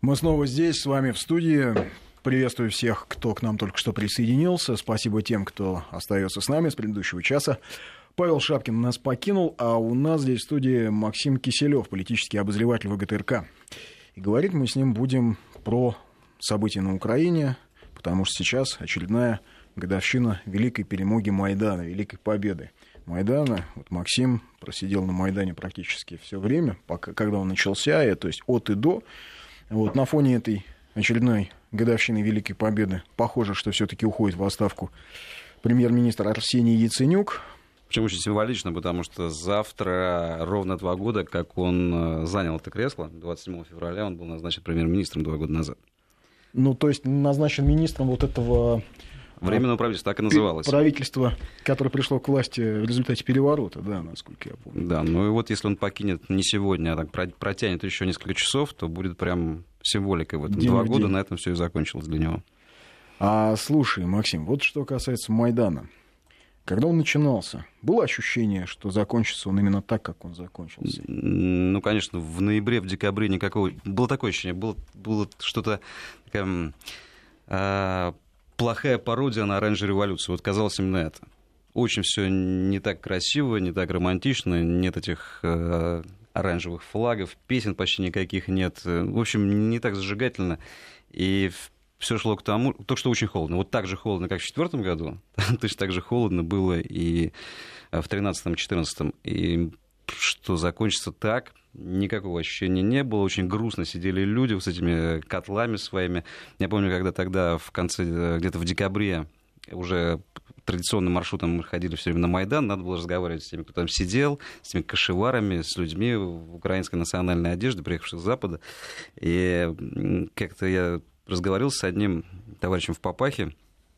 Мы снова здесь, с вами в студии. Приветствую всех, кто к нам только что присоединился. Спасибо тем, кто остается с нами с предыдущего часа. Павел Шапкин нас покинул, а у нас здесь в студии Максим Киселев, политический обозреватель ВГТРК. И говорить мы с ним будем про события на Украине, потому что сейчас очередная годовщина Великой Перемоги Майдана, Великой Победы Майдана. Вот Максим просидел на Майдане практически все время, когда он начался, то есть от и до. Вот, на фоне этой очередной годовщины Великой Победы похоже, что все-таки уходит в отставку премьер-министр Арсений Яценюк. Причем очень символично, потому что завтра ровно 2 года, как он занял это кресло. 27 февраля он был назначен премьер-министром 2 года назад. Ну, то есть назначен министром вот этого... Временного правительства, так и называлось. Правительство, которое пришло к власти в результате переворота, да, насколько я помню. Да, ну и вот если он покинет не сегодня, а так протянет еще несколько часов, то будет прям символикой в этом. 2 года на этом все и закончилось для него. Слушай, Максим, вот что касается Майдана. Когда он начинался, было ощущение, что закончится он именно так, как он закончился? Ну, конечно, в ноябре, в декабре никакого... Было такое ощущение, было что-то... плохая пародия на оранжевую революцию. Вот казалось именно это. Очень все не так красиво, не так романтично, нет этих оранжевых флагов, песен почти никаких нет. В общем, не так зажигательно. И все шло к тому, только что очень холодно. Вот так же холодно, как в 2004 году, точно так же холодно было и в 2013-2014. И что закончится так, никакого ощущения не было. Очень грустно сидели люди с этими котлами своими. Я помню, когда тогда в конце, где-то в декабре, уже традиционным маршрутом мы ходили все время на Майдан, надо было разговаривать с теми, кто там сидел, с теми кашеварами, с людьми в украинской национальной одежде, приехавших с Запада. И как-то я разговаривал с одним товарищем в папахе,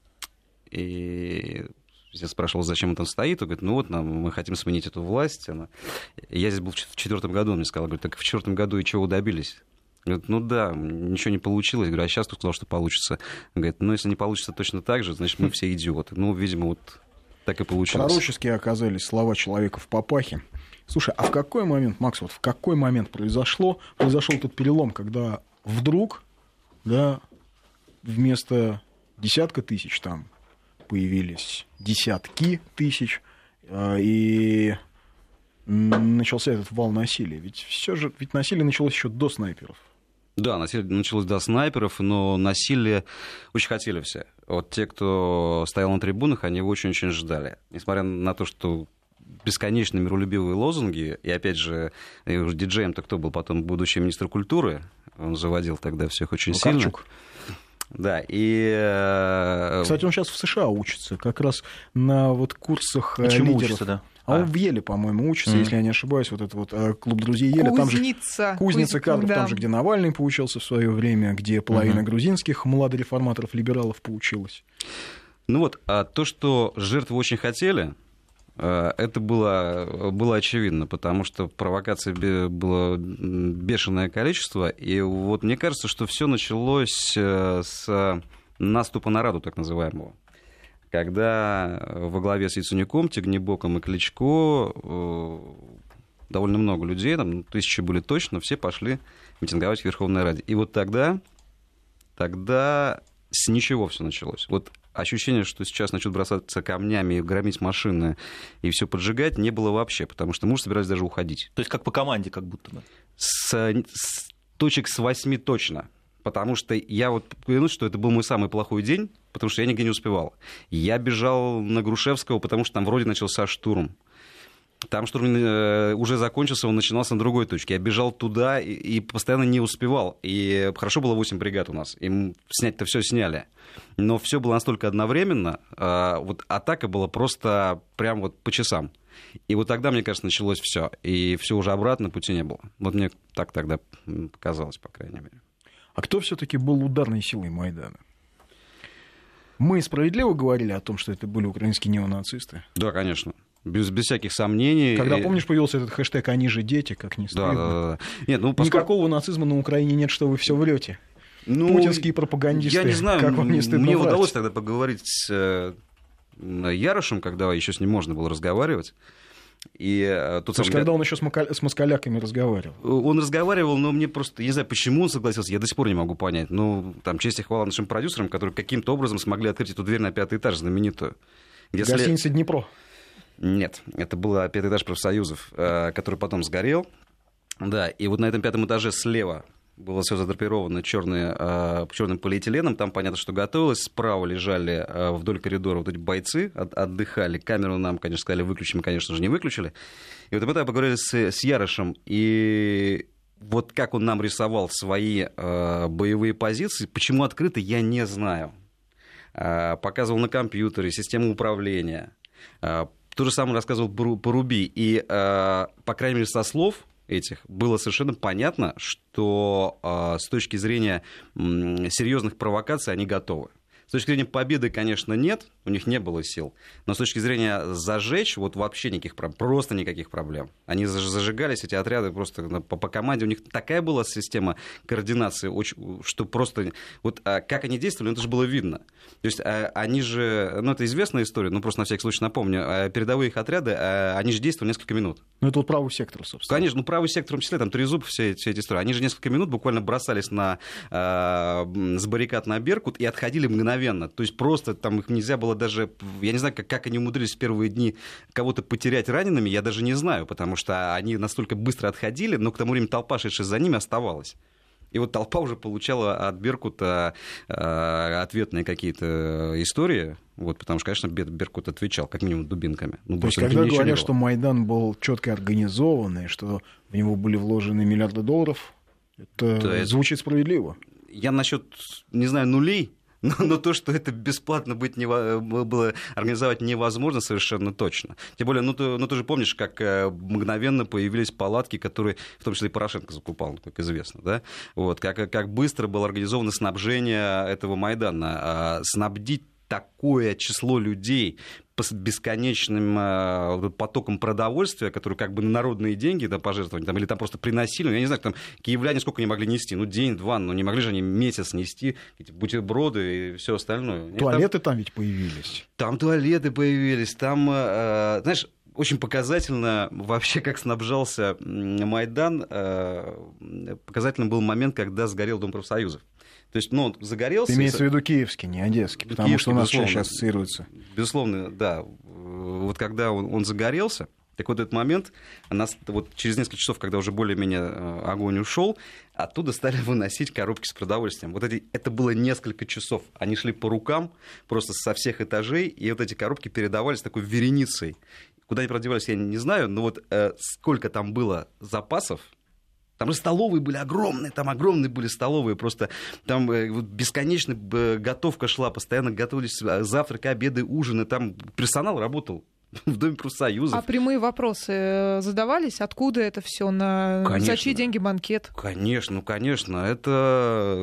и я спрашивал, зачем он там стоит. Он говорит, ну вот, мы хотим сменить эту власть. Я здесь был в 2004 году, он мне сказал, говорит, так в 2004 году и чего добились? Говорит, ну да, ничего не получилось. Я говорю, а сейчас кто сказал, что получится? Он говорит, ну если не получится точно так же, значит мы все идиоты. Ну, видимо, вот так и получилось. Пророческие оказались слова человека в папахе. Слушай, а в какой момент, Макс, вот в какой момент произошел этот перелом, когда вдруг, да, вместо десятка тысяч там появились десятки тысяч, и начался этот вал насилия? Ведь насилие началось еще до снайперов. Да, насилие началось до снайперов, но насилие очень хотели все. Вот те, кто стоял на трибунах, они его очень-очень ждали. Несмотря на то, что бесконечные миролюбивые лозунги, и опять же, диджеем-то кто был потом? Будущий министр культуры, он заводил тогда всех очень сильно. Да, и... Кстати, он сейчас в США учится, как раз на вот курсах лидеров. Учится, да? Он в Еле, по-моему, учится, если я не ошибаюсь, вот этот вот клуб друзей Еля. Кузница кадров, да. Там же, где Навальный поучился в свое время, где половина грузинских младореформаторов, либералов поучилась. Ну вот, то, что жертвы очень хотели, это было очевидно, потому что провокаций было бешеное количество. И вот мне кажется, что все началось с наступа на Раду, так называемого. Когда во главе с Яценюком, Тягнебоком и Кличко довольно много людей, там 1000 были точно, все пошли митинговать в Верховной Раде. И вот тогда с ничего все началось. Вот ощущение, что сейчас начнут бросаться камнями, громить машины и все поджигать, не было вообще, потому что мы уже собирались даже уходить. То есть как по команде, как будто бы? С точек с 8 точно. Потому что я вот клянусь, что это был мой самый плохой день, потому что я нигде не успевал. Я бежал на Грушевского, потому что там вроде начался штурм. Там штурм уже закончился, он начинался на другой точке. Я бежал туда и постоянно не успевал. И хорошо было 8 бригад у нас. И снять-то все сняли. Но все было настолько одновременно. Вот атака была просто прям вот по часам. И вот тогда, мне кажется, началось все. И все уже обратно, пути не было. Вот мне так тогда показалось, по крайней мере. А кто все-таки был ударной силой Майдана? Мы справедливо говорили о том, что это были украинские неонацисты? Да, конечно. Без всяких сомнений. Когда, помнишь, появился этот хэштег «Они же дети», как ни стыдно. Да. Нет, Никакого нацизма на Украине нет, что вы все врете. Путинские пропагандисты. Я не знаю, как вам не стыдно мне врать? удалось тогда поговорить с Ярошем, когда еще с ним можно было разговаривать. То есть, когда он еще с москаляками разговаривал? Он разговаривал, но мне просто, я не знаю, почему он согласился, я до сих пор не могу понять. Ну, там, честь и хвала нашим продюсерам, которые каким-то образом смогли открыть эту дверь на 5-й этаж знаменитую. Гостиница «Днепро». Нет, это был 5-й этаж профсоюзов, который потом сгорел. Да, и вот на этом 5-м этаже слева было все задрапировано черным полиэтиленом, там понятно, что готовилось. Справа лежали вдоль коридора вот эти бойцы, отдыхали. Камеру нам, конечно, сказали, выключим, мы, конечно же, не выключили. И вот об этом поговорили с Ярошем. И вот как он нам рисовал свои боевые позиции, почему открыто, я не знаю. Показывал на компьютере, систему управления. То же самое рассказывал по Руби. И, по крайней мере, со слов этих было совершенно понятно, что с точки зрения серьезных провокаций они готовы. С точки зрения победы, конечно, нет, у них не было сил. Но с точки зрения зажечь, вот вообще никаких проблем, просто никаких проблем. Они зажигались, эти отряды, просто по команде. У них такая была система координации, что просто... Вот как они действовали, это же было видно. То есть они же... Ну, это известная история, но просто на всякий случай напомню. Передовые их отряды, они же действовали несколько минут. Ну, это вот правый сектор, собственно. Конечно, ну, правый сектор, в том числе, там, Трезуб, все эти истории. Они же несколько минут буквально бросались с баррикад на Беркут и отходили мгновенно. То есть просто там их нельзя было даже... Я не знаю, как они умудрились в первые дни кого-то потерять ранеными, я даже не знаю, потому что они настолько быстро отходили, но к тому времени толпа, шедшая за ними, оставалась. И вот толпа уже получала от Беркута ответные какие-то истории, вот, потому что, конечно, Беркут отвечал, как минимум, дубинками. Ну, то есть, когда говорят, что Майдан был четко организованный, что в него были вложены миллиарды долларов, это звучит справедливо. Я насчет, не знаю, нулей, но то, что это бесплатно было организовать невозможно, совершенно точно. Тем более, ты же помнишь, как мгновенно появились палатки, которые, в том числе и Порошенко закупал, как известно, да? Вот, как быстро было организовано снабжение этого Майдана. Снабдить такое число людей с бесконечным потоком продовольствия, который как бы на народные деньги, да, пожертвования, там, или там просто приносили, я не знаю, там киевляне сколько не могли нести, день-два, не могли же они месяц нести эти бутерброды и все остальное. Туалеты там ведь появились. Там туалеты появились, там, знаешь, очень показательно вообще, как снабжался Майдан. Показательным был момент, когда сгорел Дом профсоюзов. То есть, он загорелся... Имеется в виду киевский, не одесский, потому киевский, что у нас чаще ассоциируется. Безусловно, да. Вот когда он загорелся, так вот этот момент, вот через несколько часов, когда уже более-менее огонь ушел, оттуда стали выносить коробки с продовольствием. Вот это было несколько часов. Они шли по рукам просто со всех этажей, и вот эти коробки передавались такой вереницей. Куда они продевались, я не знаю, но вот сколько там было запасов. Там же столовые были огромные, там огромные были столовые, просто там бесконечно готовка шла, постоянно готовились завтраки, обеды, ужины, там персонал работал в Доме профсоюзов. А прямые вопросы задавались? Откуда это все? За чьи деньги банкет? Конечно, это...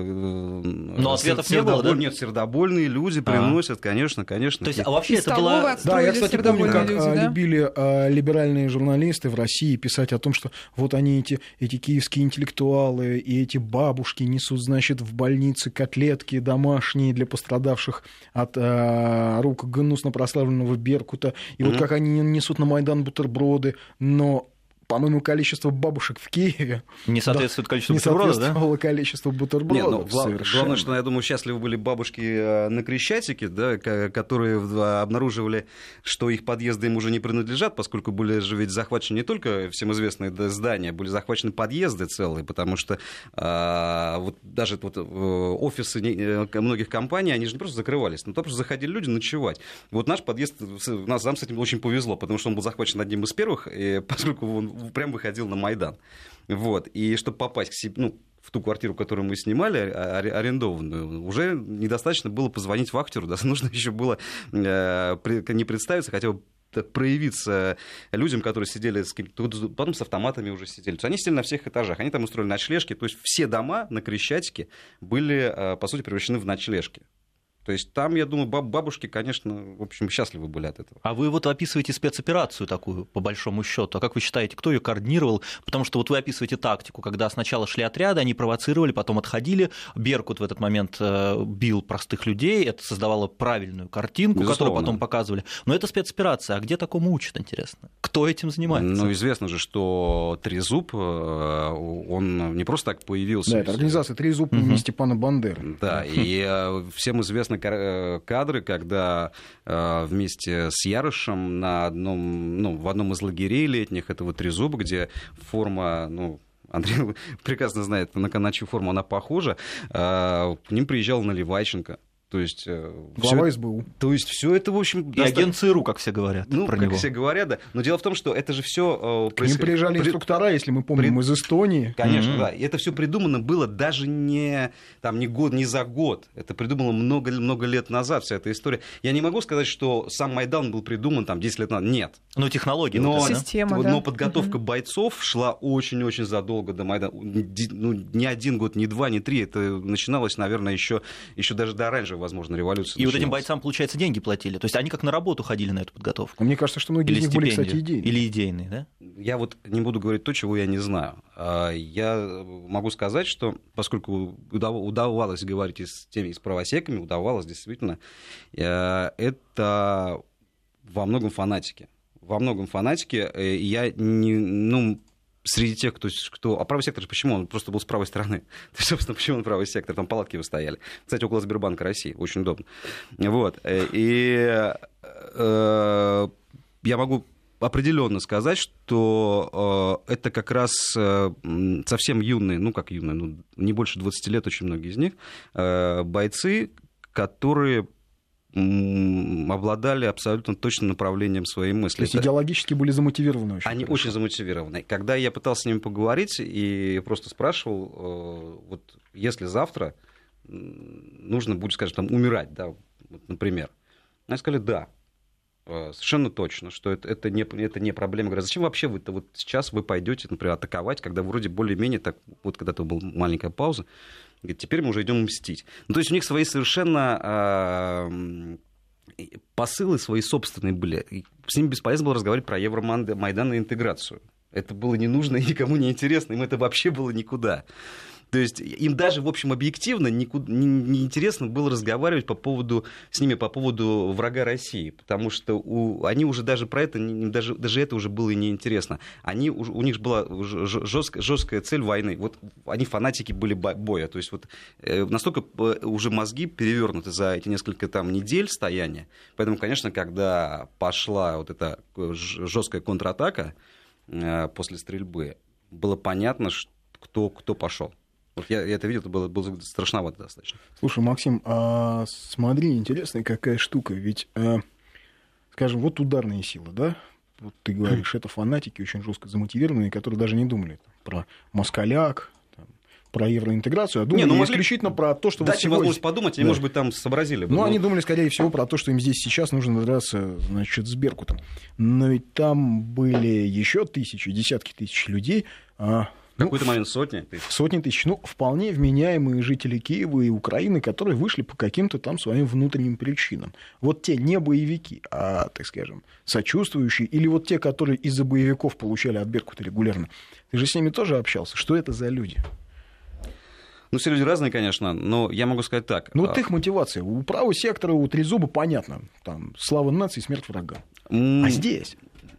Но ответов не было, да? Нет, сердобольные люди приносят, конечно. То есть, а вообще это было... Да, я, кстати, помню, как любили либеральные журналисты в России писать о том, что вот они, эти киевские интеллектуалы и эти бабушки несут, значит, в больнице котлетки домашние для пострадавших от рук гнусно прославленного Беркута. И вот как они несут на Майдан бутерброды, но, по-моему, количество бабушек в Киеве не соответствует количеству бутербродов, да? Не соответствовало количеству бутербродов. Главное, что, я думаю, счастливы были бабушки на Крещатике, да, которые обнаруживали, что их подъезды им уже не принадлежат, поскольку были же ведь захвачены не только всем известные здания, были захвачены подъезды целые, потому что вот даже офисы многих компаний, они же не просто закрывались, но просто заходили люди ночевать. Вот наш подъезд, нам с этим очень повезло, потому что он был захвачен одним из первых, и поскольку он прям выходил на Майдан. Вот. И чтобы попасть к себе, в ту квартиру, которую мы снимали, арендованную, уже недостаточно было позвонить вахтеру, да, нужно еще было не представиться, хотя бы проявиться людям, которые сидели, потом с автоматами уже сидели. То есть они сидели на всех этажах, они там устроили ночлежки. То есть все дома на Крещатике были, по сути, превращены в ночлежки. То есть там, я думаю, бабушки, конечно, в общем, счастливы были от этого. А вы вот описываете спецоперацию такую, по большому счету. А как вы считаете, кто ее координировал? Потому что вот вы описываете тактику, когда сначала шли отряды, они провоцировали, потом отходили. Беркут в этот момент бил простых людей, это создавало правильную картинку, Безусловно. которую потом показывали. Но это спецоперация. А где такому учат, интересно? Кто этим занимается? Ну, известно же, что Трезуб, он не просто так появился. Да, это организация Трезуб имени Степана Бандеры. Да, и всем известны кадры, когда вместе с Ярышем в одном из лагерей летних этого Трезуба, где форма, Андрей прекрасно знает, на чью форму она похожа, к ним приезжал Наливайченко. То есть, глава СБУ. То есть все это, в общем... И агент ЦРУ, как все говорят про него. Как все говорят, да. Но дело в том, что это же все... К ним приезжали инструктора, если мы помним, из Эстонии. Конечно, да. И это все придумано было даже не год, не за год. Это придумано много лет назад, вся эта история. Я не могу сказать, что сам Майдан был придуман 10 лет назад. Нет. Но технология. Но подготовка бойцов шла очень-очень задолго до Майдана. Не 1 год, не 2, не 3. Это начиналось, наверное, еще даже до оранжевой, возможно, революции. И вот этим бойцам, получается, деньги платили. То есть они как на работу ходили на эту подготовку. Мне кажется, что многие из них были, кстати, идейные. Или идейные, да? Я вот не буду говорить то, чего я не знаю. Я могу сказать, что поскольку удавалось говорить с правосеками, удавалось действительно, это во многом фанатики. Во многом фанатики. Я среди тех, кто... А правый сектор, почему? Он просто был с правой стороны. То есть, собственно, почему он правый сектор? Там палатки вы стояли. Кстати, около Сбербанка России. Очень удобно. Вот. И я могу определенно сказать, что это как раз совсем юные, не больше 20 лет, очень многие из них, бойцы, которые обладали абсолютно точным направлением своей мысли. То есть идеологически были замотивированы очень. Они очень замотивированы. Когда я пытался с ними поговорить и просто спрашивал, вот если завтра нужно будет, скажем, умирать, да, вот, например, они сказали, да, совершенно точно, что это не проблема. Говорят, зачем вообще вот сейчас вы пойдете, например, атаковать, когда вроде более-менее так, вот когда-то была маленькая пауза, говорит, теперь мы уже идем мстить. То есть у них свои совершенно посылы свои собственные были. С ними бесполезно было разговаривать про Евромайдан и интеграцию. Это было не нужно и никому не интересно, им это вообще было никуда. То есть им даже, в общем, объективно не интересно было разговаривать с ними по поводу врага России, потому что они уже даже про это, даже это уже было и неинтересно. У них была жесткая цель войны. Вот они фанатики были боя. То есть вот настолько уже мозги перевернуты за эти несколько недель стояния. Поэтому, конечно, когда пошла вот эта жесткая контратака после стрельбы, было понятно, кто пошел. Вот я это видел, это было страшновато достаточно. Слушай, Максим, смотри, интересная какая штука. Ведь, скажем, вот ударные силы, да? Вот ты говоришь, это фанатики очень жестко замотивированные, которые даже не думали про москаляк, про евроинтеграцию, а думали исключительно про то, что... Дайте возможность подумать, они, может быть, там сообразили бы. Они думали, скорее всего, про то, что им здесь сейчас нужно драться, значит, с Беркутом. Но ведь там были еще тысячи, десятки тысяч людей... В какой-то момент сотни тысяч. Сотни тысяч. Вполне вменяемые жители Киева и Украины, которые вышли по каким-то там своим внутренним причинам. Вот те не боевики, а, так скажем, сочувствующие, или вот те, которые из-за боевиков получали от Беркута регулярно. Ты же с ними тоже общался. Что это за люди? Все люди разные, конечно, но я могу сказать так. Вот их мотивация. У правого сектора, у Трезуба понятно. Там слава нации, смерть врагам. А здесь?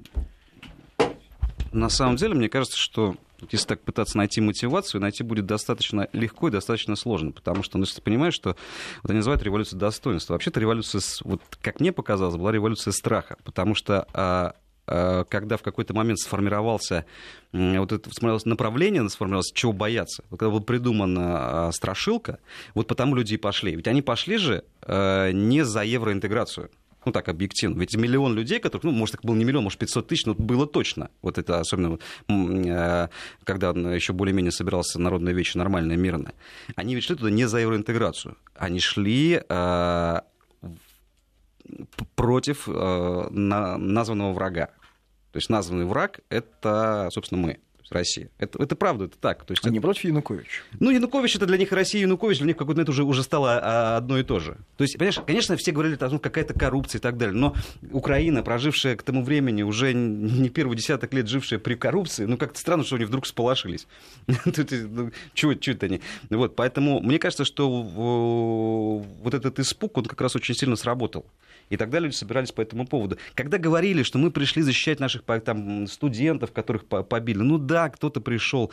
На самом деле, мне кажется, что если так пытаться найти мотивацию, найти будет достаточно легко и достаточно сложно, потому что, если ты понимаешь, что они называют революцией достоинства. Вообще-то революция, как мне показалось, была революция страха, потому что когда в какой-то момент сформировалось направление, чего бояться, когда была придумана страшилка, вот потому люди и пошли. Ведь они пошли же не за евроинтеграцию. Так объективно. Ведь миллион людей, которых, может, их было не миллион, может, 500 тысяч, но было точно. Вот это особенно, когда еще более-менее собирался народная вече, нормальная, мирная. Они ведь шли туда не за евроинтеграцию. Они шли против названного врага. То есть названный враг — это, собственно, мы. То Россия. Это правда, это так. То есть Они против Януковича. Ну, Янукович — это для них Россия, Янукович для них в какой-то момент уже стало одно и то же. То есть, понимаешь, конечно, все говорили, что какая-то коррупция и так далее, но Украина, прожившая к тому времени, уже не первый десяток лет жившая при коррупции, ну, как-то странно, что они вдруг сполошились. Чего это они? Вот, поэтому мне кажется, что вот этот испуг, он как раз очень сильно сработал. И тогда люди собирались по этому поводу. Когда говорили, что мы пришли защищать наших там, студентов, которых побили, ну да, кто-то пришел,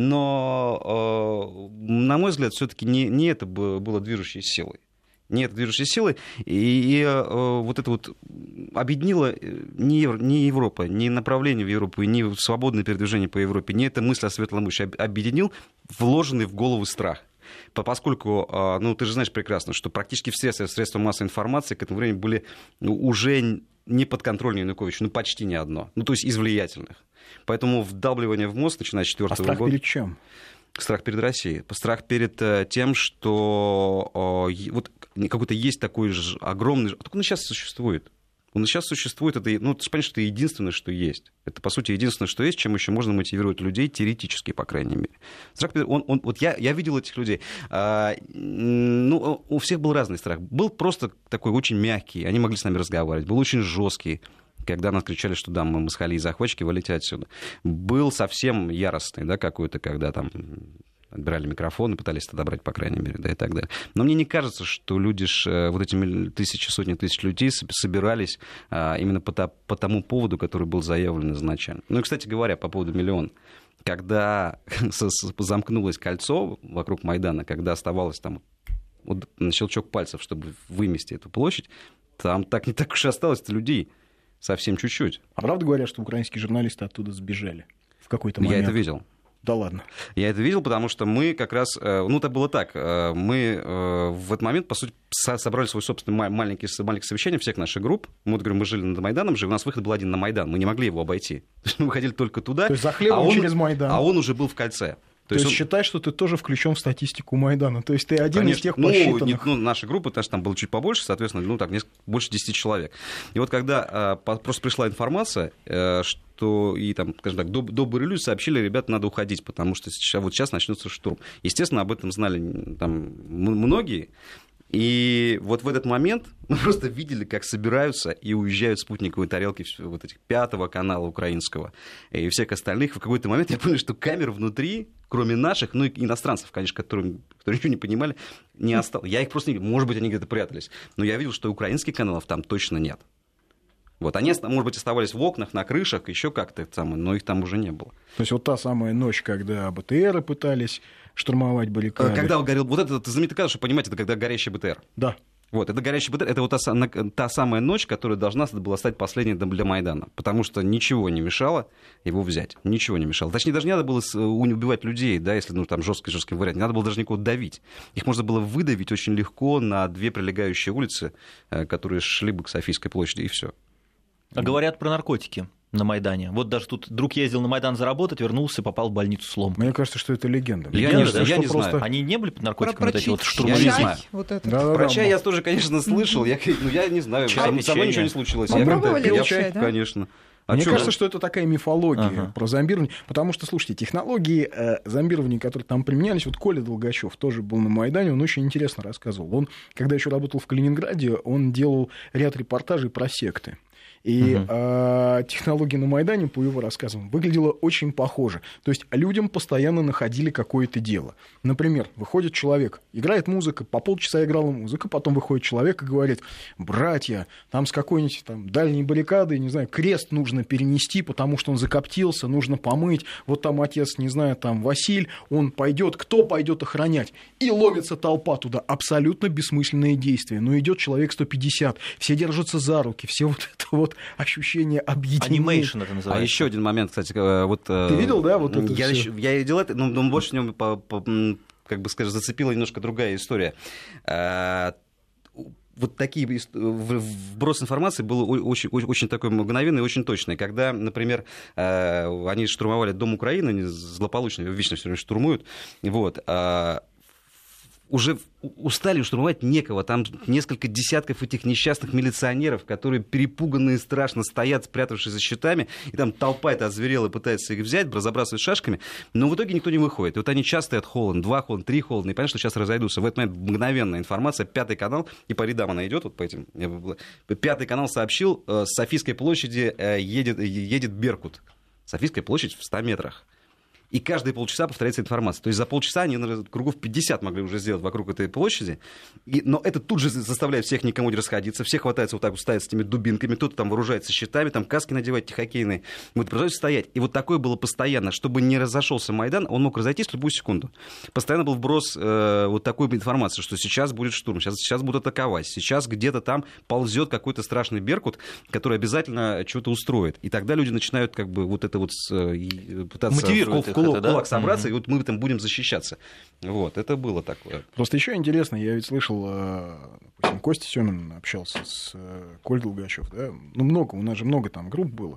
но, на мой взгляд, все-таки не это было движущей силой. Не это движущей силой, и вот это вот объединило не Европа, не направление в Европу, не свободное передвижение по Европе, не эта мысль о светлом будущем, объединил вложенный в голову страх. Поскольку, ну, ты же знаешь прекрасно, что практически все средства массовой информации к этому времени были уже не подконтрольны Януковичу, ну, почти ни одно, ну, то есть из влиятельных. Поэтому вдалбливание в мозг, начиная с 4 года... А страх перед чем? Страх перед Россией. Страх перед тем, что вот какой-то есть такой же огромный... Так он и сейчас существует. Он и сейчас существует, это, ну, ты же понимаешь, что это единственное, что есть. Это, по сути, единственное, что есть, чем еще можно мотивировать людей, теоретически, по крайней мере. Вот я видел этих людей. Ну, у всех был разный страх. Был просто такой очень мягкий, они могли с нами разговаривать. Был очень жесткий, когда нас кричали, что да, мы москали и захватчики, валите отсюда. Был совсем яростный, да, какой-то, когда там... отбирали микрофон и пытались это добрать, по крайней мере, да, и так далее. Но мне не кажется, что люди, вот эти сотни тысяч людей собирались именно по тому поводу, который был заявлен изначально. Ну и, кстати говоря, по поводу миллиона. Когда замкнулось кольцо вокруг Майдана, когда оставалось там вот, на щелчок пальцев, чтобы вымести эту площадь, там не так уж и осталось-то людей. Совсем чуть-чуть. А правда говорят, что украинские журналисты оттуда сбежали в какой-то момент? Я это видел. Да ладно. Я это видел, потому что мы как раз... Ну, это было так. Мы в этот момент, по сути, собрали свой собственный маленькое совещание всех наших групп. Мы, вот, говорим, мы жили над Майданом, у нас выход был один на Майдан. Мы не могли его обойти. Мы выходили только туда. То есть за хлебом через Майдан. А он уже был в кольце. То есть считай, что ты тоже включен в статистику Майдана. То есть ты один из тех посчитанных. Ну, наша группа, там было чуть побольше, соответственно, ну, так, больше 10 человек. И вот когда просто пришла информация, что и там, скажем так, добрые люди сообщили, ребята, надо уходить, потому что сейчас начнется штурм. Естественно, об этом знали там многие. И вот в этот момент мы просто видели, как собираются и уезжают спутниковые тарелки вот этих 5-го канала украинского и всех остальных. В какой-то момент я понял, что камер внутри, кроме наших, ну и иностранцев, конечно, которые ничего не понимали, не осталось. Я их просто не видел. Может быть, они где-то прятались. Но я видел, что украинских каналов там точно нет. Вот они, может быть, оставались в окнах, на крышах, еще как-то, но их там уже не было. То есть вот та самая ночь, когда БТРы пытались штурмовать баррикады. Когда он говорил, вот это знаменитый кадр, чтобы понимать, это когда горящий БТР. Да. Вот, это горящий БТР, это вот та самая ночь, которая должна была стать последней для Майдана, потому что ничего не мешало его взять, ничего не мешало. Точнее, даже не надо было убивать людей, да, если там жестким вариантом, не надо было даже никого давить. Их можно было выдавить очень легко на 2 прилегающие улицы, которые шли бы к Софийской площади, и все. А говорят про наркотики на Майдане. Вот даже тут друг ездил на Майдан заработать, вернулся, попал в больницу с ломкой. Мне кажется, что это легенда. Я не знаю. Они не были под наркотиками, вот эти вот штурмовики? Я не знаю. Вот это. Про чай я тоже, конечно, слышал. Я не знаю, со мной ничего не случилось. Попробовали чай, да? Конечно. Мне кажется, что это такая мифология про зомбирование. Потому что, слушайте, технологии зомбирования, которые там применялись, вот Коля Долгачев тоже был на Майдане, он очень интересно рассказывал. Он, когда еще работал в Калининграде, он делал ряд репортажей про секты. И технология на Майдане, по его рассказам, выглядела очень похоже. То есть людям постоянно находили какое-то дело. Например, выходит человек, играет музыка, по полчаса играла музыка, потом выходит человек и говорит: братья, там с какой-нибудь там дальней баррикады, не знаю, крест нужно перенести, потому что он закоптился, нужно помыть. Вот там отец, не знаю, там Василь, он пойдет, кто пойдет охранять? И ломится толпа туда. Абсолютно бессмысленные действия. Но идет человек 150, все держатся за руки, все вот это вот ощущение объединения. Анимейшн это называется. А еще один момент, кстати, вот... Ты видел, да, вот это я видел это, но больше в нем, как бы сказать, зацепила немножко другая история. Вот такие вброс информации был очень такой мгновенный и очень точный. Когда, например, они штурмовали Дом Украины, они злополучно, его вечно все время штурмуют, вот, уже устали, штурмовать некого. Там несколько десятков этих несчастных милиционеров, которые перепуганные страшно стоят, спрятавшись за щитами, и там толпа это озверела и пытается их взять, забрасывать шашками, но в итоге никто не выходит. И вот они час стоят холодно, 2 холодно, 3 холодно, и понятно, что сейчас разойдутся. В этот момент мгновенная информация, 5 канал, и по рядам она идет, вот по этим. 5 канал сообщил, с Софийской площади едет Беркут. Софийская площадь в 100 метрах. И каждые полчаса повторяется информация. То есть за полчаса они кругов 50 могли уже сделать вокруг этой площади. Но это тут же заставляет всех никому не расходиться. Все хватаются вот так вот, ставят с этими дубинками. Кто-то там вооружается щитами, там каски надевать хоккейные. Вот продолжают стоять. И вот такое было постоянно. Чтобы не разошелся Майдан, он мог разойтись в любую секунду. Постоянно был вброс вот такой информации, что сейчас будет штурм, сейчас будут атаковать. Сейчас где-то там ползет какой-то страшный Беркут, который обязательно что-то устроит. И тогда люди начинают как бы вот это вот пытаться... Мотивировать их. Кулак собраться, и вот мы там будем защищаться. Вот, это было такое. Просто еще интересно, я ведь слышал, допустим, Костя Семин общался с Колей Долгачев, да? Ну, много, у нас же много там групп было.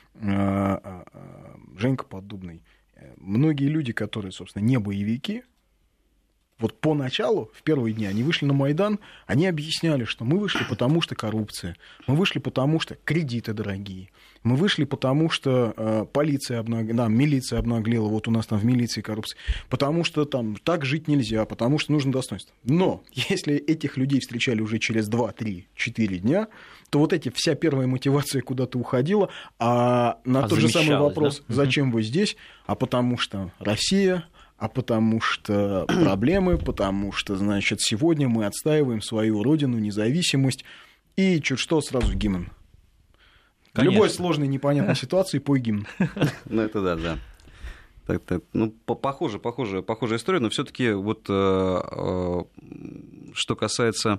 Женька Поддубный. Многие люди, которые, собственно, не боевики, вот поначалу, в первые дни, они вышли на Майдан, они объясняли, что мы вышли потому, что коррупция, мы вышли потому, что кредиты дорогие, мы вышли потому, что милиция обнаглела, вот у нас там в милиции коррупция, потому что там так жить нельзя, потому что нужно достоинство. Но если этих людей встречали уже через 2, 3, 4 дня, то вот вся первая мотивация куда-то уходила, а на тот же самый вопрос, да? Зачем вы здесь, а потому что Россия... А потому что проблемы, потому что, значит, сегодня мы отстаиваем свою родину, независимость, и чуть что, сразу гимн. В любой сложной, непонятной ситуации пой гимн. Ну, это да. Так, ну, похожая история, но все-таки вот что касается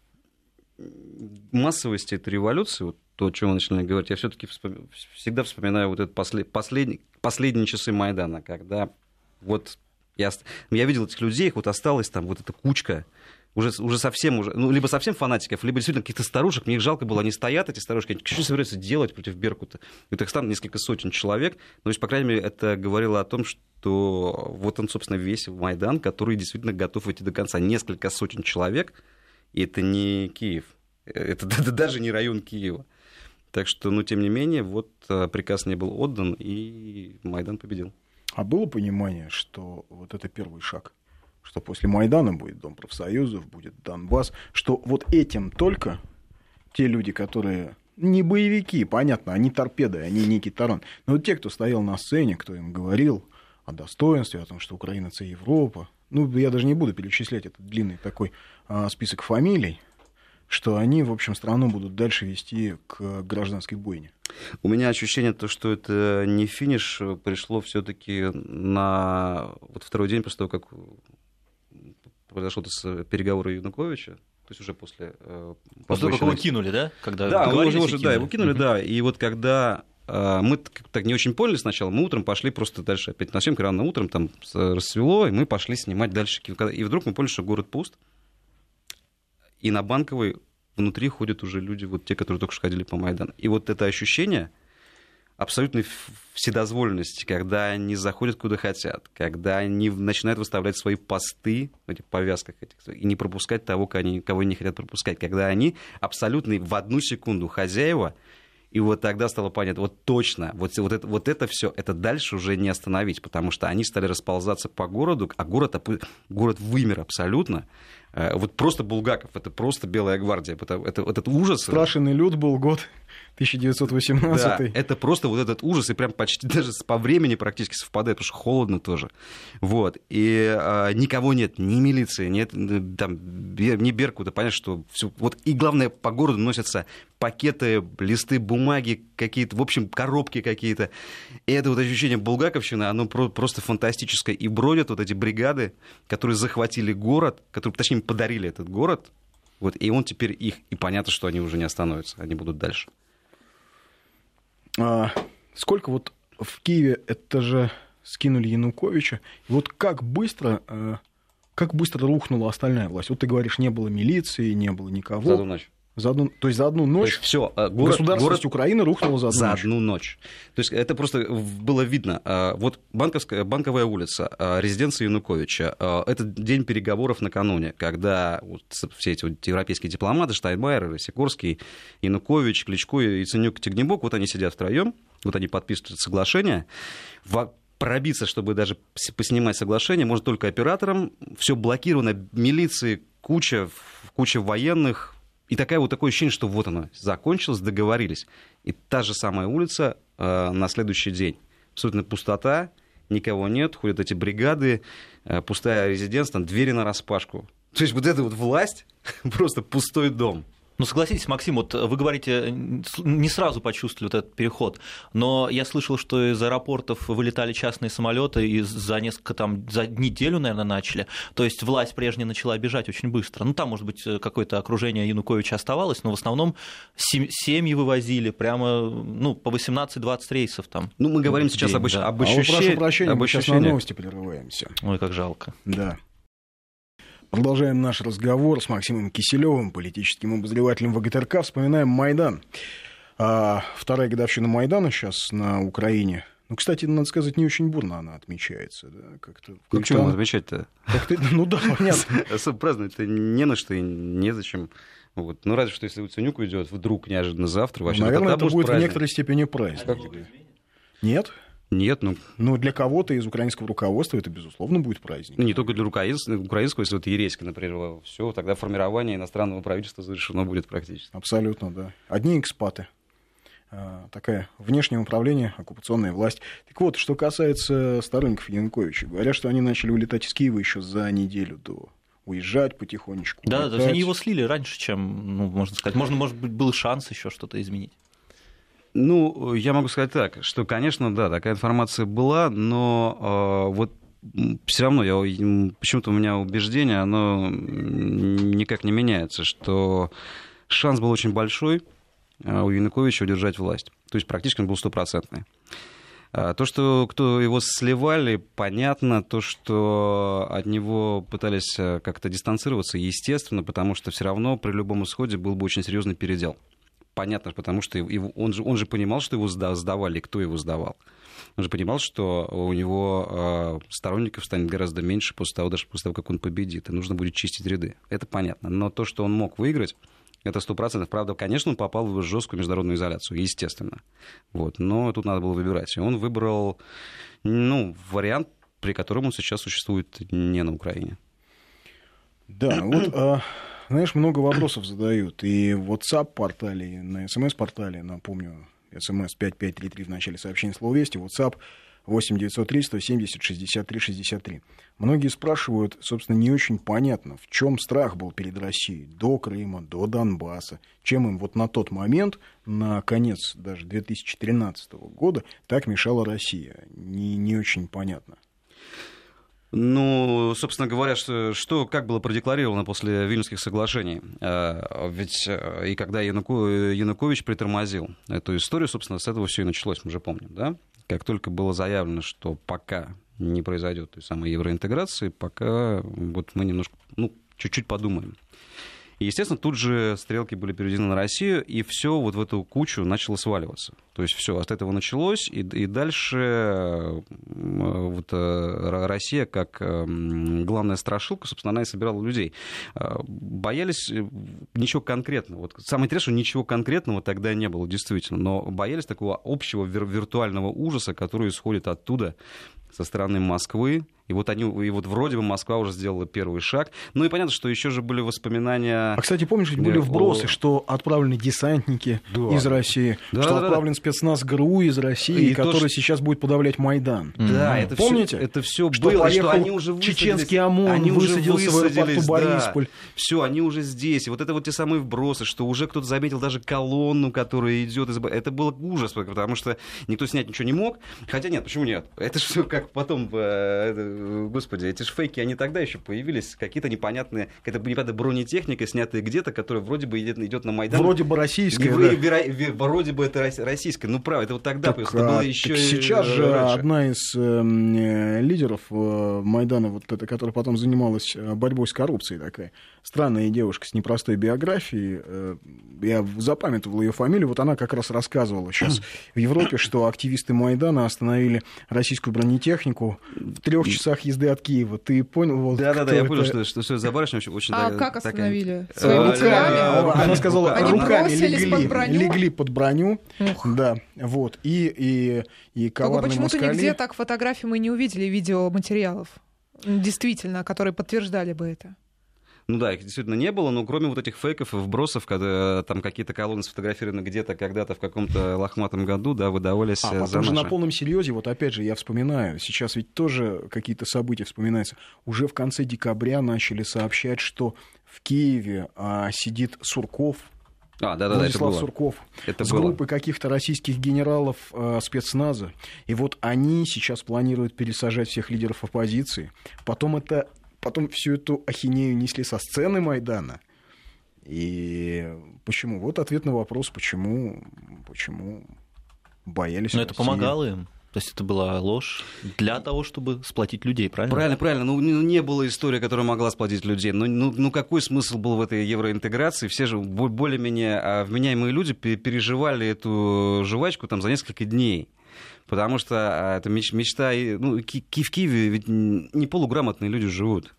массовости этой революции, вот то, о чем мы начали говорить, я все-таки всегда вспоминаю вот это последние часы Майдана, когда вот я видел этих людей, их вот осталась там вот эта кучка, уже совсем, ну, либо совсем фанатиков, либо действительно каких-то старушек, мне их жалко было, они стоят, эти старушки, они что собираются делать против Беркута? И так там несколько сотен человек, но, то есть, по крайней мере, это говорило о том, что вот он, собственно, весь Майдан, который действительно готов идти до конца. Несколько сотен человек, и это не Киев, это даже не район Киева. Так что, ну, тем не менее, вот приказ не был отдан, и Майдан победил. А было понимание, что вот это первый шаг, что после Майдана будет Дом профсоюзов, будет Донбасс, что вот этим только те люди, которые не боевики, понятно, они торпеды, они некий таран, но вот те, кто стоял на сцене, кто им говорил о достоинстве, о том, что Украина – это Европа, ну, я даже не буду перечислять этот длинный такой список фамилий, что они, в общем, страну будут дальше вести к гражданской бойне. У меня ощущение, что это не финиш, пришло все-таки на вот второй день после того, как произошел переговоры Януковича, то есть уже после того, как его кинули, да? Его кинули, да. И вот когда мы так не очень поняли сначала, мы утром пошли просто дальше, опять на съемке рано утром, там рассвело, и мы пошли снимать дальше. И вдруг мы поняли, что город пуст. И на Банковой внутри ходят уже люди, вот те, которые только что ходили по Майдану. И вот это ощущение абсолютной вседозволенности, когда они заходят куда хотят, когда они начинают выставлять свои посты в этих повязках этих, и не пропускать того, кого они не хотят пропускать, когда они абсолютно в одну секунду хозяева. И вот тогда стало понятно, вот точно, вот это все, это дальше уже не остановить, потому что они стали расползаться по городу, а город вымер абсолютно. Вот просто Булгаков, это просто Белая гвардия, этот ужас. Страшный люд был год 1918. Да, это просто вот этот ужас, и прям почти даже по времени практически совпадает, потому что холодно тоже. Вот, и никого нет, ни милиции, нет там, ни Беркута, понятно, что все. Вот, и главное, по городу носятся пакеты, листы бумаги какие-то, в общем, коробки какие-то. И это вот ощущение булгаковщины, оно просто фантастическое. И бродят вот эти бригады, которые захватили город, которые, точнее, подарили этот город, вот, и он теперь их, и понятно, что они уже не остановятся, они будут дальше. Сколько вот в Киеве, это же скинули Януковича, и вот как быстро рухнула остальная власть? Вот ты говоришь, не было милиции, не было никого. За одну ночь. То есть за одну ночь все, государственность Украины рухнула за одну ночь. То есть это просто было видно. Вот Банковая улица, резиденция Януковича, это день переговоров накануне, когда вот все эти вот европейские дипломаты, Штайнмайер, Сикорский, Янукович, Кличко, Яценюк, Тягнебок, вот они сидят втроем, вот они подписывают соглашение. Пробиться, чтобы даже поснимать соглашение, может только операторам. Все блокировано, милиции, куча военных. И такое ощущение, что вот оно, закончилось, договорились. И та же самая улица на следующий день. Абсолютно пустота, никого нет, ходят эти бригады, пустая резиденция, там двери нараспашку. То есть вот эта вот власть, просто пустой дом. Ну, согласитесь, Максим, вот вы говорите, не сразу почувствовали вот этот переход, но я слышал, что из аэропортов вылетали частные самолеты и за неделю, наверное, начали. То есть власть прежняя начала бежать очень быстро. Ну, там, может быть, какое-то окружение Януковича оставалось, но в основном семьи вывозили прямо по 18-20 рейсов там. Ну, мы говорим сейчас об ощущениях. Прошу прощения, мы сейчас на новости прерываемся. Ой, как жалко. Да. Продолжаем наш разговор с Максимом Киселевым, политическим обозревателем ВГТРК. Вспоминаем Майдан. Вторая годовщина Майдана сейчас на Украине. Ну, кстати, надо сказать, не очень бурно она отмечается. Да? Как-то почему отмечать-то? Ну да, понятно. Особо праздновать-то не на что и незачем. Вот. Ну, разве что, если Яценюк уйдет вдруг неожиданно завтра. Вообще, наверное, это будет в некоторой степени праздник. Нет? Нет, Ну, для кого-то из украинского руководства это, безусловно, будет праздник. Не только для украинского, если вот Ерейский, например, все, тогда формирование иностранного правительства завершено будет практически. Абсолютно, да. Одни экспаты. Такая внешнее управление, оккупационная власть. Так вот, что касается сторонников Януковича, говорят, что они начали улетать из Киева еще за неделю до. Уезжать потихонечку. Да, то есть они его слили раньше, чем, можно сказать. Может быть, был шанс еще что-то изменить. Ну, я могу сказать так, что, конечно, да, такая информация была, но вот все равно почему-то у меня убеждение, оно никак не меняется, что шанс был очень большой у Януковича удержать власть. То есть практически он был стопроцентный. То, что кто его сливали, понятно. То, что от него пытались как-то дистанцироваться, естественно, потому что все равно при любом исходе был бы очень серьезный передел. Понятно, потому что он же понимал, что его сдавали, кто его сдавал. Он же понимал, что у него сторонников станет гораздо меньше после того, как он победит, и нужно будет чистить ряды. Это понятно. Но то, что он мог выиграть, это 100%. Правда, конечно, он попал в жесткую международную изоляцию, естественно. Вот. Но тут надо было выбирать. И он выбрал вариант, при котором он сейчас существует не на Украине. Да, вот... Знаешь, много вопросов задают. И в WhatsApp-портале, и на СМС-портале, напомню, СМС 5533 в начале сообщения слова «Вести», WhatsApp 8-903-170-63-63. Многие спрашивают, собственно, не очень понятно, в чем страх был перед Россией до Крыма, до Донбасса, чем им вот на тот момент, на конец даже 2013 года, так мешала Россия. Не очень понятно. Ну, собственно говоря, как было продекларировано после Вильнюсских соглашений. Ведь и когда Янукович притормозил эту историю, собственно, с этого все и началось, мы же помним, да? Как только было заявлено, что пока не произойдет той самой евроинтеграции, пока вот мы немножко, чуть-чуть подумаем. И, естественно, тут же стрелки были переведены на Россию, и все вот в эту кучу начало сваливаться. То есть все от этого началось, и дальше вот Россия, как главная страшилка, собственно, она и собирала людей. Боялись ничего конкретного. Вот самое интересное, ничего конкретного тогда не было, действительно, но боялись такого общего виртуального ужаса, который исходит оттуда, со стороны Москвы. И вот вроде бы Москва уже сделала первый шаг. Ну и понятно, что еще же были воспоминания... А, кстати, помнишь, были вбросы, что отправлены десантники из России, что отправлен спецназ ГРУ из России, который сейчас будет подавлять Майдан. Да, помните? Это все что было, поехал что они уже чеченский ОМОН, высадился в аэропорту Борисполь. Да. Все, они уже здесь. И вот это вот те самые вбросы, что уже кто-то заметил даже колонну, которая идет. Это был ужас, потому что никто снять ничего не мог. Хотя нет, почему нет? Это же все как потом, господи, эти ж фейки, они тогда еще появились, какие-то непонятные, какая-то непонятная бронетехника, снятая где-то, которая вроде бы идет на Майдан. Вроде бы российская, Вроде бы это российская, ну правда, это вот тогда, так, это было еще сейчас же раньше. Одна из лидеров Майдана, вот эта, которая потом занималась борьбой с коррупцией, такая странная девушка с непростой биографией, я запамятовал ее фамилию, вот она как раз рассказывала сейчас в Европе, что активисты Майдана остановили российскую бронетехнику в 3 часах езды от Киева. Ты понял? Да, я понял, что это за барышня очень... Как остановили? Своими руками? Она сказала, руками легли под броню. Ух. Да, вот. И коварные почему-то москали... нигде так фотографий мы не увидели, видеоматериалов, действительно, которые подтверждали бы это. Ну да, их действительно не было, но кроме вот этих фейков и вбросов, когда там какие-то колонны сфотографированы где-то, когда-то, в каком-то лохматом году, да, выдавались за потом же наши. на полном серьезе, вот опять же, я вспоминаю, сейчас ведь тоже какие-то события вспоминаются. Уже в конце декабря начали сообщать, что в Киеве сидит Сурков, Владислав Сурков, с группой каких-то российских генералов спецназа. И вот они сейчас планируют пересажать всех лидеров оппозиции. Потом всю эту ахинею несли со сцены Майдана. И почему? Вот ответ на вопрос, почему боялись. Но это помогало им. То есть это была ложь для того, чтобы сплотить людей, правильно? Правильно. Ну, не было истории, которая могла сплотить людей. Ну, какой смысл был в этой евроинтеграции? Все же более-менее вменяемые люди переживали эту жвачку там за несколько дней. Потому что это мечта... Ну, в Киеве ведь не полуграмотные люди живут.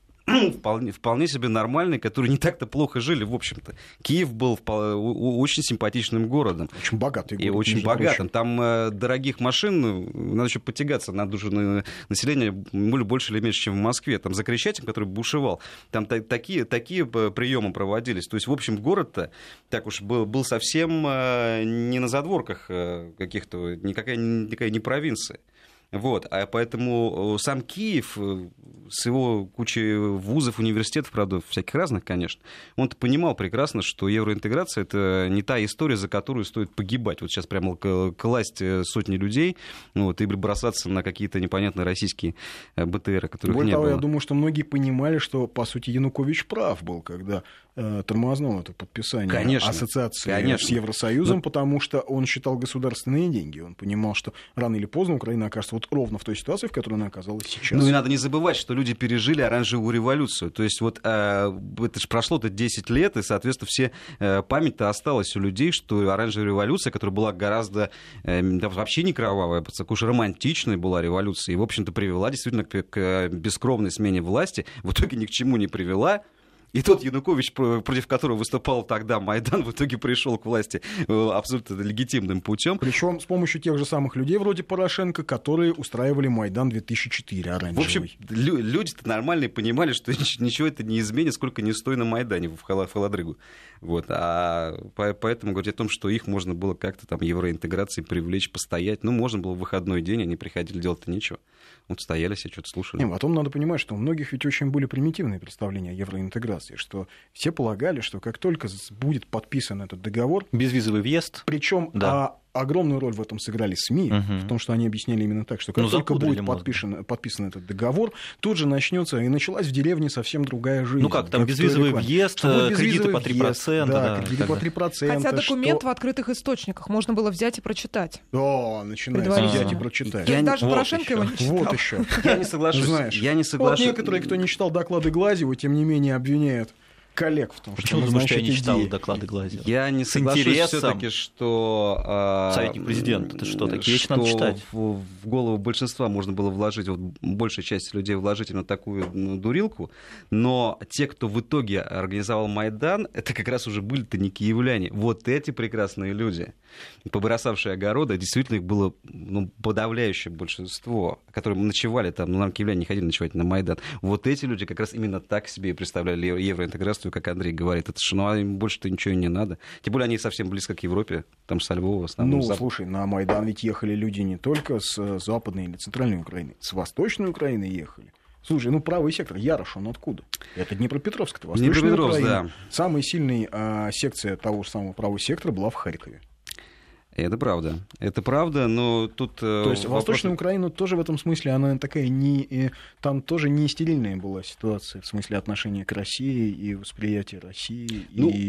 Вполне себе нормальные, которые не так-то плохо жили, в общем-то. Киев был очень симпатичным городом. Очень богатый город. И очень богатым. Там дорогих машин, надо еще потягаться на душу населения больше или меньше, чем в Москве. Там за Крещатик, который бушевал, там такие приемы проводились. То есть, в общем, город-то так уж был совсем не на задворках каких-то, никакая не провинция. Вот, а поэтому сам Киев с его кучей вузов, университетов, правда, всяких разных, конечно, он-то понимал прекрасно, что евроинтеграция — это не та история, за которую стоит погибать. Вот сейчас прямо класть сотни людей, вот, и бросаться на какие-то непонятные российские БТРы, которых Более не того, было. я думаю, что многие понимали, что, по сути, Янукович прав был, когда тормознул это подписание ассоциации с Евросоюзом, потому что он считал государственные деньги. Он понимал, что рано или поздно Украина окажется вот ровно в той ситуации, в которой она оказалась сейчас. Ну и надо не забывать, что люди пережили оранжевую революцию. То есть вот это же прошло-то 10 лет, и, соответственно, память-то осталась у людей, что оранжевая революция, которая была гораздо вообще не кровавая, такой уж романтичной была революция, и, в общем-то, привела действительно к бескровной смене власти, в итоге ни к чему не привела. И тот Янукович, против которого выступал тогда Майдан, в итоге пришел к власти абсолютно легитимным путем. Причем с помощью тех же самых людей, вроде Порошенко, которые устраивали Майдан 2004 оранжевый. В общем, люди-то нормальные понимали, что ничего это не изменит, сколько не стой на Майдане в холодрыгу. Вот. А поэтому говорить о том, что их можно было как-то там евроинтеграцией привлечь, постоять, можно было в выходной день, они приходили, делать-то нечего. Вот стояли себе, что-то слушали. Потом надо понимать, что у многих ведь очень были примитивные представления о евроинтеграции, что все полагали, что как только будет подписан этот договор... Безвизовый въезд. Причем огромную роль в этом сыграли СМИ, в том, что они объясняли именно так, что как только будет подписан этот договор, тут же начнется, и началась в деревне совсем другая жизнь. Там безвизовый въезд, кредиты по 3%. Да, кредиты по 3%. Хотя документ в открытых источниках можно было взять и прочитать. Да, начинается взять и прочитать. Даже Порошенко его не читал. Вот еще. Я не соглашусь. Знаешь, Вот некоторые, кто не читал доклады Глазьева, тем не менее обвиняют коллег в том, что почему думаешь, что я не читал доклады Глазьева? Я не соглашусь все-таки, что... Советник президента, это что, такие вещи надо читать? В голову большинства можно было вложить, вот большая часть людей вложить именно такую дурилку, но те, кто в итоге организовал Майдан, это как раз уже были-то не киевляне. Вот эти прекрасные люди, побросавшие огороды, действительно их было подавляющее большинство, которые ночевали там, нам киевляне не ходили ночевать на Майдан. Вот эти люди как раз именно так себе и представляли евроинтеграцию, как Андрей говорит. Это ж, им больше-то ничего и не надо. Тем более они совсем близко к Европе, там со Львова в основном. Слушай, на Майдан ведь ехали люди не только с Западной или Центральной Украины, с Восточной Украины ехали. Слушай, правый сектор, Ярош, он откуда? Это Днепропетровск, это Восточная Украина. Да. Самая сильная секция того же самого правого сектора была в Харькове. Это правда, но тут... То есть Восточная Украина тоже в этом смысле, она такая там тоже не стерильная была ситуация в смысле отношения к России и восприятия России.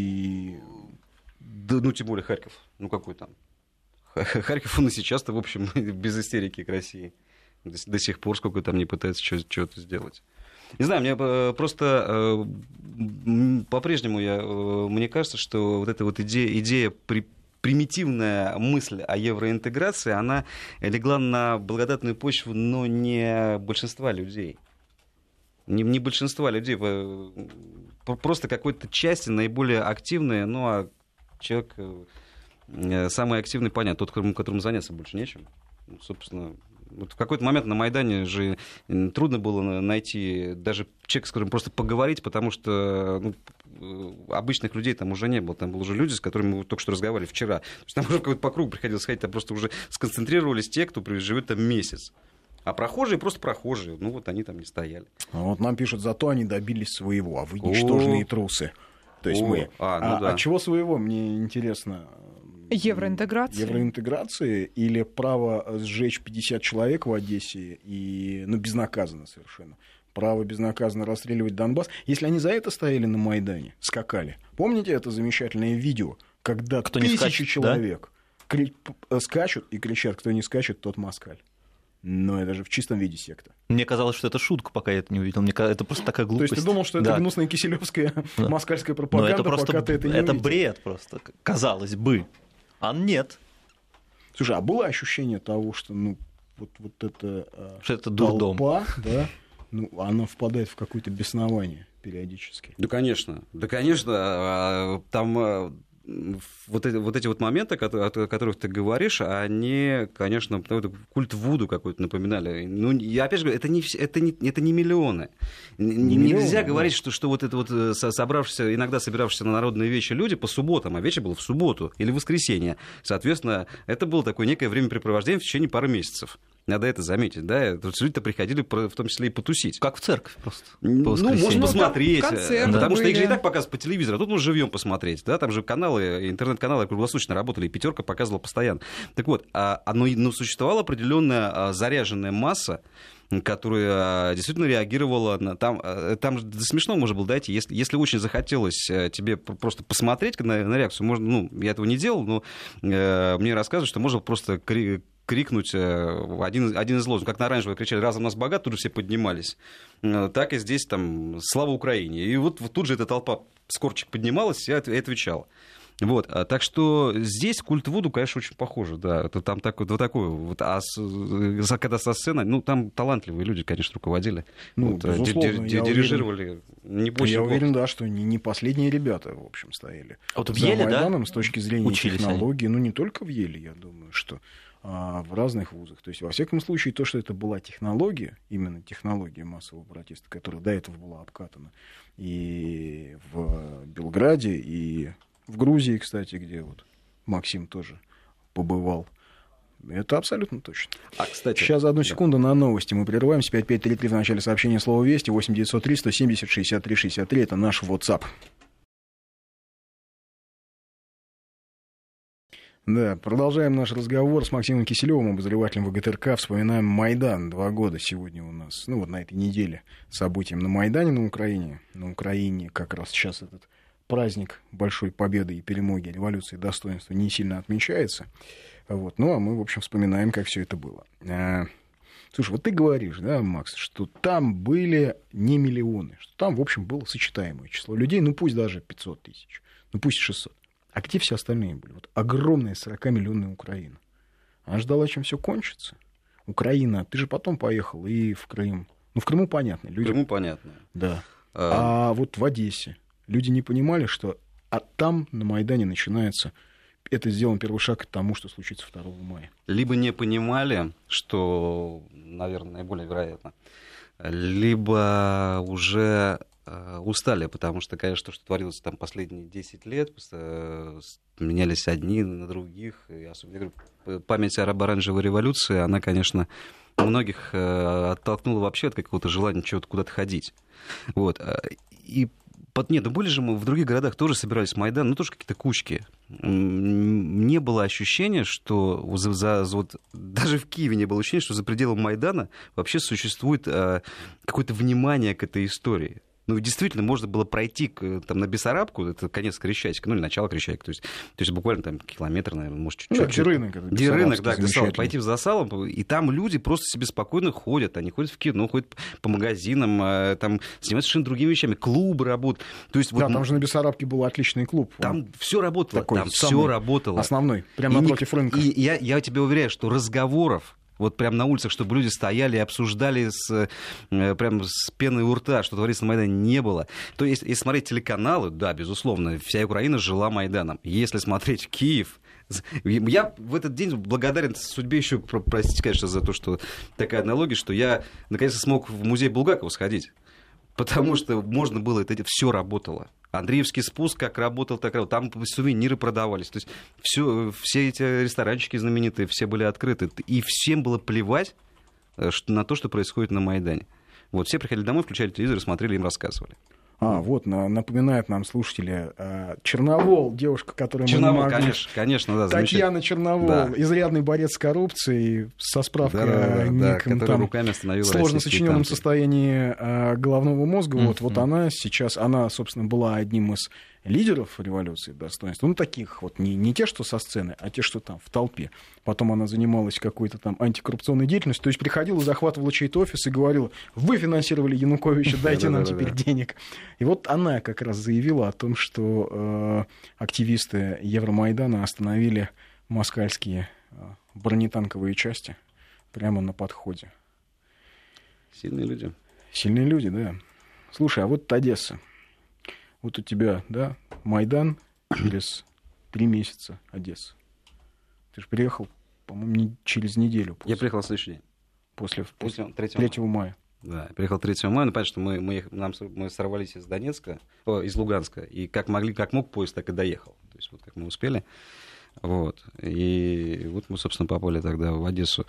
Тем более Харьков. Какой там? Харьков, он и сейчас-то, в общем, без истерики к России. До сих пор, сколько там не пытается что-то сделать. Не знаю, мне просто по-прежнему мне кажется, что вот эта вот идея примитивная мысль о евроинтеграции, она легла на благодатную почву, но не большинства людей. Не большинства людей, просто какой-то части наиболее активные, а человек самый активный, понятно, тот, которому заняться больше нечем. Собственно, в какой-то момент на Майдане же трудно было найти даже человека, с которым просто поговорить, потому что обычных людей там уже не было. Там были уже люди, с которыми мы только что разговаривали вчера. То есть там уже по кругу приходилось ходить, там просто уже сконцентрировались те, кто живет там месяц. А прохожие просто прохожие. Они там не стояли. Нам пишут, зато они добились своего, а вы ничтожные трусы. То есть мы. А чего своего, мне интересно... Евроинтеграции или право сжечь 50 человек в Одессе и, безнаказанно совершенно. Право безнаказанно расстреливать Донбасс. Если они за это стояли на Майдане, скакали. Помните это замечательное видео, когда тысячи человек скачут и кричат, кто не скачет, тот москаль. Но это же в чистом виде секта. Мне казалось, что это шутка, пока я это не увидел. Это просто такая глупость. То есть ты думал, что это гнусная киселевская москальская пропаганда, пока ты это не увидел? Это бред просто, казалось бы. А нет. Слушай, а было ощущение того, что это дурдом. Толпа, да, она впадает в какое-то беснование периодически? Да, конечно. Там вот эти моменты, о которых ты говоришь, они, конечно, культ Вуду какой-то напоминали. Я опять же говорю, это не миллионы. Нельзя говорить, что вот это вот иногда собиравшиеся на народные вещи люди по субботам, а вечер был в субботу или в воскресенье. Соответственно, это было такое некое времяпрепровождение в течение пары месяцев. Надо это заметить, да? Люди-то приходили в том числе и потусить. Как в церковь просто. Может посмотреть. Потому что их же и так были. показывают по телевизору, а тут можно живьем посмотреть. Да? Там же интернет-каналы круглосуточно работали, и «Пятерка» показывала постоянно. Так вот, но существовала определенная заряженная масса, которая действительно реагировала там до смешного можно было дойти. Если очень захотелось тебе просто посмотреть на реакцию, можно, я этого не делал, но мне рассказывают, что можно просто крикнуть один из лозунгов. Как на оранжевой кричали «Разом нас богат», тут же все поднимались. Так и здесь там «Слава Украине». И вот тут же эта толпа с корчик поднималась и отвечала. Так что здесь культ Вуду, конечно, очень похоже, да. Это там когда со сцены, там талантливые люди, конечно, руководили. Безусловно, дирижировали не больше. Я уверен, да, что не последние ребята, в общем, стояли. В Еле, Майданом, да? с точки зрения Учились технологии, не только в Еле, я думаю, что в разных вузах. То есть, во всяком случае, то, что это была технология, именно технология массового протеста, которая до этого была обкатана и в Белграде, и в Грузии, кстати, где Максим тоже побывал. Это абсолютно точно. Кстати, сейчас, одну секунду, на новости мы прерываемся. 5533 в начале сообщения слова «Вести», 8903 170 63 63. Это наш WhatsApp. Да, продолжаем наш разговор с Максимом Киселевым, обозревателем ВГТРК. Вспоминаем Майдан. 2 года сегодня у нас, на этой неделе, событием на Майдане на Украине. На Украине как раз сейчас этот праздник большой победы и перемоги, революции, достоинства не сильно отмечается. А мы, в общем, вспоминаем, как все это было. Слушай, ты говоришь, да, Макс, что там были не миллионы, что там, в общем, было сочетаемое число людей, пусть даже 500 тысяч, пусть 600. А где все остальные были? Огромная 40-миллионная Украина. Она ждала, чем все кончится. Украина, ты же потом поехал и в Крым. В Крыму понятно. В Крыму понятно. Да. А в Одессе люди не понимали, что там на Майдане начинается... Это сделан первый шаг к тому, что случится 2 мая. Либо не понимали, что, наверное, наиболее вероятно, либо уже устали, потому что, конечно, то, что творилось там последние 10 лет, менялись одни на других. И особенно, память об оранжевой революции, она, конечно, многих оттолкнула вообще от какого-то желания чего-то куда-то ходить. И Нет, были же мы в других городах тоже собирались Майдан, ну тоже какие-то кучки. Не было ощущения, что вот, даже в Киеве не было ощущения, что за пределом Майдана вообще существует какое-то внимание к этой истории. Ну, действительно, можно было пройти там, на Бессарабку, это конец Крещатика, ну, или начало Крещатика, то есть буквально там километр, наверное, может, чуть-чуть. Ну, где рынок. Где рынок, да, пойти в засалом, и там люди просто себе спокойно ходят, они ходят в кино, ходят по магазинам, там занимаются совершенно другими вещами, клубы работают. То есть, да, вот, там же на Бессарабке был отличный клуб. Там все работало, такой там все работало. Основной, прямо напротив рынка. И я тебе уверяю, что разговоров вот прямо на улицах, чтобы люди стояли и обсуждали прям с пеной у рта, что творится на Майдане, не было. То есть, если смотреть телеканалы, да, безусловно, вся Украина жила Майданом. Если смотреть Киев, я в этот день благодарен судьбе еще, простите, конечно, за то, что такая аналогия, что я наконец-то смог в музей Булгакова сходить. Потому что можно было, это все работало. Андреевский спуск как работал, так работал. Там сувениры продавались. То есть все эти ресторанчики знаменитые, все были открыты. И всем было плевать на то, что происходит на Майдане. Вот все приходили домой, включали телевизор, смотрели, им рассказывали. Вот, напоминают нам слушатели. Черновол, девушка, которая... Черновол, конечно, да. Татьяна Черновол, да. Изрядный борец с коррупцией, со справкой ником, которая руками остановила сложно сочиненном состоянии головного мозга. Вот она сейчас, собственно, была одним из лидеров революции достоинства. Ну, таких вот, не те, что со сцены, а те, что там, в толпе. Потом она занималась какой-то там антикоррупционной деятельностью. То есть приходила, захватывала чей-то офис и говорила: вы финансировали Януковича, дайте нам теперь денег. И вот она как раз заявила о том, что активисты Евромайдана остановили москальские бронетанковые части прямо на подходе. Сильные люди. Сильные люди, да. Слушай, а вот Одесса. Вот у тебя, да, Майдан, через 3 месяца Одесса. Ты же приехал, по-моему, через неделю. Я приехал на следующий день. После 3 мая. Да, я приехал 3 мая, но понятно, что мы сорвались из Донецка, из Луганска, и как мог поезд, так и доехал. То есть вот как мы успели. Вот. И вот мы, собственно, попали тогда в Одессу.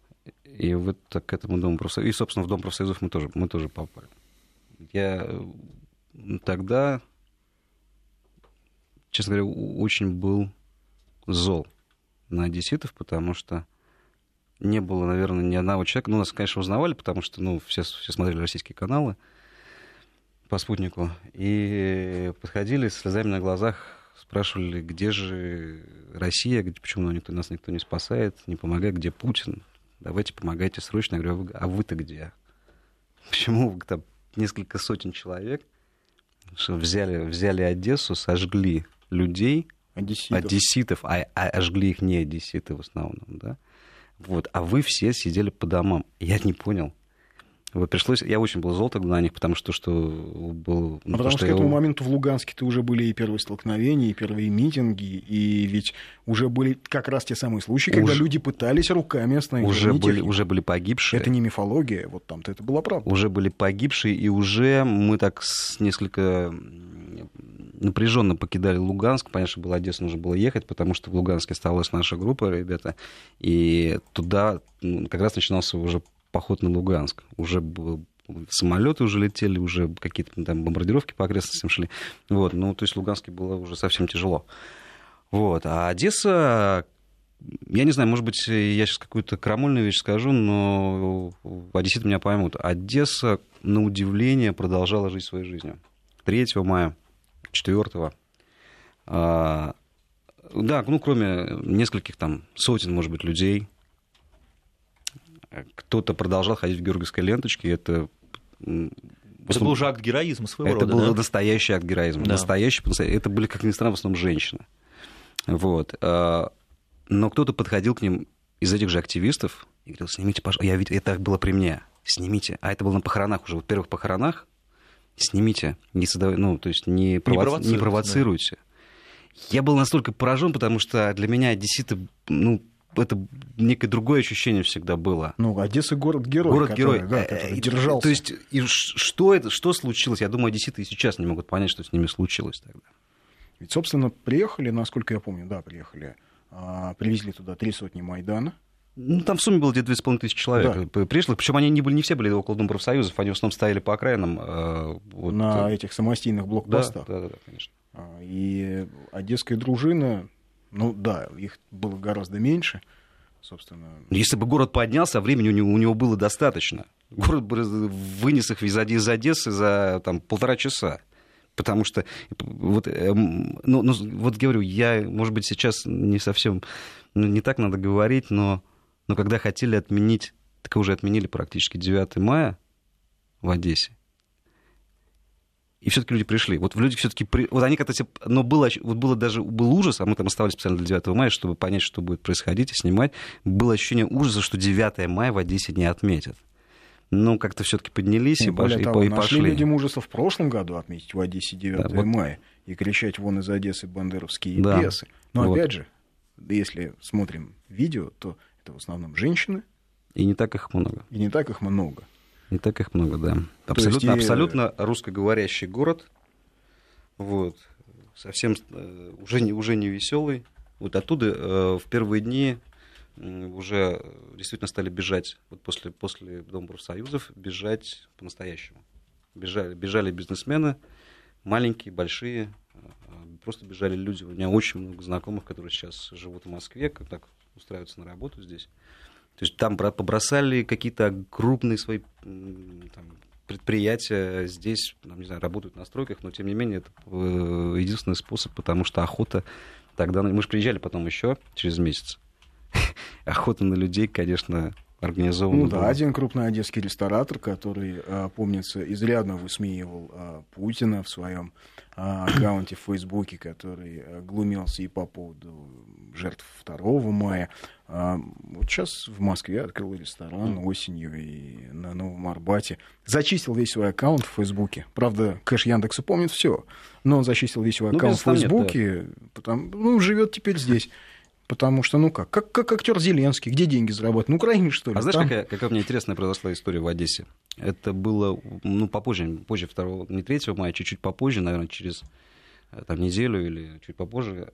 И вот к этому Дому профсоюзов. И, собственно, в Дом профсоюзов мы тоже попали. Я тогда, честно говоря, очень был зол на одесситов, потому что не было, наверное, ни одного человека. Ну, нас, конечно, узнавали, потому что все смотрели российские каналы по спутнику. И подходили с слезами на глазах, спрашивали, где же Россия, почему нас никто не спасает, не помогает, где Путин. Давайте помогайте срочно. Я говорю, а вы-то где? Почему там несколько сотен человек взяли Одессу, сожгли людей, одесситов, а жгли их не одесситы в основном, да? Вот, а вы все сидели по домам. Я не понял. Я очень был зол тогда на них, потому что был... потому что к этому моменту в Луганске-то уже были и первые столкновения, и первые митинги, и ведь уже были как раз те самые случаи, когда люди пытались руками остановить. Уже были погибшие. Это не мифология, вот там-то это была правда. Уже были погибшие, и уже мы так несколько напряженно покидали Луганск. Понятно, что было Одессу нужно было ехать, потому что в Луганске оставалась наша группа, ребята, и туда как раз начинался уже поход на Луганск. Уже самолеты уже летели, уже какие-то там бомбардировки по окрестностям шли. Вот. Ну, то есть в Луганске было уже совсем тяжело. Вот. А Одесса, я не знаю, может быть, я сейчас какую-то крамольную вещь скажу, но одесситы меня поймут. Одесса, на удивление, продолжала жить своей жизнью. 3 мая, 4. Да, ну, кроме нескольких там сотен, может быть, людей, кто-то продолжал ходить в георгиевской ленточке. Это был уже акт героизма своего рода. Это был настоящий акт героизма. Да. Настоящий. Это были, как ни странно, в основном женщины. Вот. Но кто-то подходил к ним из этих же активистов и говорил: снимите, пожалуйста. Я видел, это было при мне. Снимите. А это было на похоронах уже. В первых похоронах. Снимите. То есть не провоцируйте. Да. Я был настолько поражен, потому что для меня одесситы, это некое другое ощущение всегда было. Одесса город-герой. Город-герой. Который держался. То есть, что случилось? Я думаю, одесситы и сейчас не могут понять, что с ними случилось тогда. Ведь, собственно, приехали, насколько я помню, привезли туда 3 сотни Майдана, Ну, там в сумме было где-то 2500 человек пришлых, причем они не все были около Дома профсоюзов, они в основном стояли по окраинам. На этих самостийных блокпостах. Да, конечно. И одесская дружина, их было гораздо меньше, собственно. Если бы город поднялся, времени у него было достаточно. Город бы вынес их из Одессы за 1,5 часа. Потому что, говорю, я, может быть, сейчас не совсем, не так надо говорить, но когда хотели отменить, так уже отменили практически 9 мая в Одессе. И все-таки люди пришли. Вот люди все-таки... Вот они как-то... Но был ужас, а мы там оставались специально для 9 мая, чтобы понять, что будет происходить, и снимать. Было ощущение ужаса, что 9 мая в Одессе не отметят. Но как-то все-таки поднялись и пошли. Нашли людям ужаса в прошлом году отметить в Одессе 9 мая и кричать вон из Одессы бандеровские пьесы. Но опять же, если смотрим видео, то это в основном женщины. И не так их много. Не так их много, да. Абсолютно русскоговорящий город. Вот. Совсем уже не веселый. Вот оттуда в первые дни уже действительно стали бежать, вот после Дома профсоюзов, бежать по-настоящему. Бежали бизнесмены, маленькие, большие, просто бежали люди. У меня очень много знакомых, которые сейчас живут в Москве, так устраиваются на работу здесь. То есть там побросали какие-то крупные свои предприятия, здесь, работают на стройках, но тем не менее это единственный способ, потому что охота тогда... Мы же приезжали потом еще через месяц. Охота на людей, конечно, организована. Да, один крупный одесский ресторатор, который, помнится, изрядно высмеивал Путина в своем аккаунте в Фейсбуке, который глумился и по поводу жертв 2 мая. Вот сейчас в Москве открыл ресторан осенью и на Новом Арбате. Зачистил весь свой аккаунт в Фейсбуке. Правда, кэш Яндекса помнит все, но он зачистил весь свой аккаунт в Фейсбуке, живет теперь здесь. Потому что, как актер Зеленский, где деньги заработать? На Украине, что ли? А знаешь, какая у меня интересная произошла история в Одессе? Это было, позже 2, не 3 мая, чуть-чуть попозже, наверное, через неделю или чуть попозже.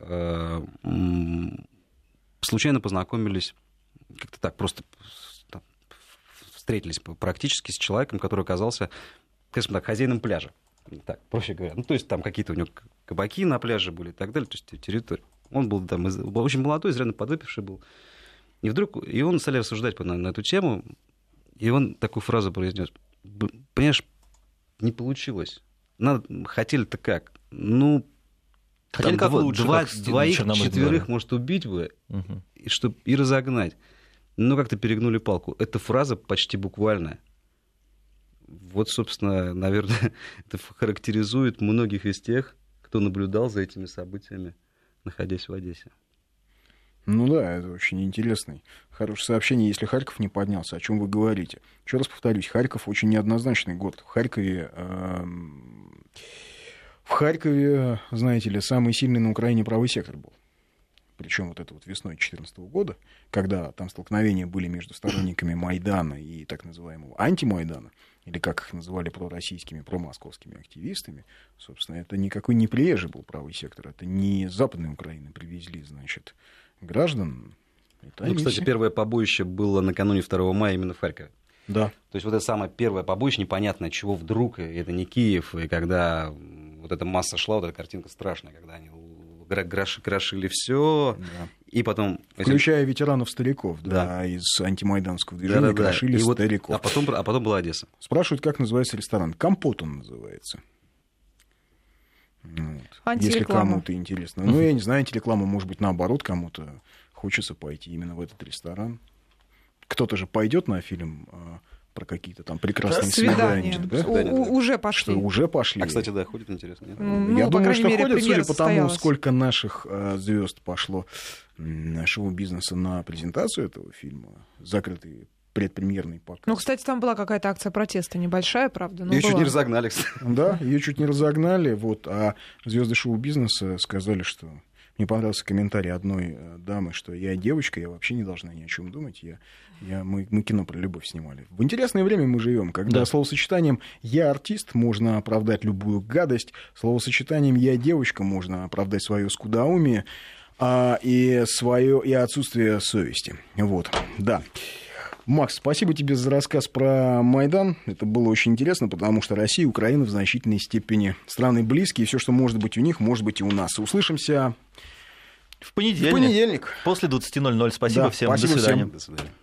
Случайно познакомились, как-то так, просто встретились практически с человеком, который оказался, скажем так, хозяином пляжа. Так, проще говоря. То есть там какие-то у него кабаки на пляже были и так далее, то есть территория. Он был там очень молодой, изрядно подвыпивший был. И вдруг он стали рассуждать на эту тему, и он такую фразу произнес: понимаешь, не получилось. Хотели-то как? Хотели как лучше, двоих, 4, может, убить бы, и разогнать. Но как-то перегнули палку. Эта фраза почти буквальная. Вот, собственно, наверное, это характеризует многих из тех, кто наблюдал за этими событиями, находясь в Одессе. Это очень интересный, хорошее сообщение. Если Харьков не поднялся, о чем вы говорите? Еще раз повторюсь, Харьков очень неоднозначный город. В Харькове, знаете ли, самый сильный на Украине правый сектор был. Причем вот это весной 2014 года, когда там столкновения были между сторонниками Майдана и так называемого антимайдана, или как их называли пророссийскими, промосковскими активистами, собственно, это никакой не приезжий был правый сектор, это не с Западной Украины привезли, граждан. Кстати, первое побоище было накануне 2 мая именно в Харькове. Да. То есть вот это самое первое побоище, непонятно, чего вдруг, и это не Киев, и когда вот эта масса шла, вот эта картинка страшная, когда они крошили все, да. И потом... Включая ветеранов-стариков, да, из антимайданского движения крошили стариков. А потом была Одесса. Спрашивают, как называется ресторан. «Компот» он называется. Если кому-то интересно. Я не знаю, антиреклама, может быть, наоборот, кому-то хочется пойти именно в этот ресторан. Кто-то же пойдет на фильм про какие-то там прекрасные свидания. Да? Уже пошли. Уже пошли. А, кстати, да, ходит, интересно. Я думаю, что ходят, судя по тому, сколько наших звезд пошло шоу-бизнеса на презентацию этого фильма, закрытый предпремьерный показ. Кстати, там была какая-то акция протеста небольшая, правда. Ее чуть не разогнали, кстати. Да, ее чуть не разогнали, а звезды шоу-бизнеса сказали, что... Мне понравился комментарий одной дамы, что я девочка, я вообще не должна ни о чем думать. Мы кино про любовь снимали. В интересное время мы живем, когда словосочетанием «я артист» можно оправдать любую гадость, словосочетанием «я девочка» можно оправдать свое скудоумие, и отсутствие совести. Вот, да. Макс, спасибо тебе за рассказ про Майдан. Это было очень интересно, потому что Россия и Украина в значительной степени страны близкие. Все, что может быть у них, может быть и у нас. Услышимся в понедельник. После 20:00. Спасибо всем. Спасибо До свидания. Всем. До свидания.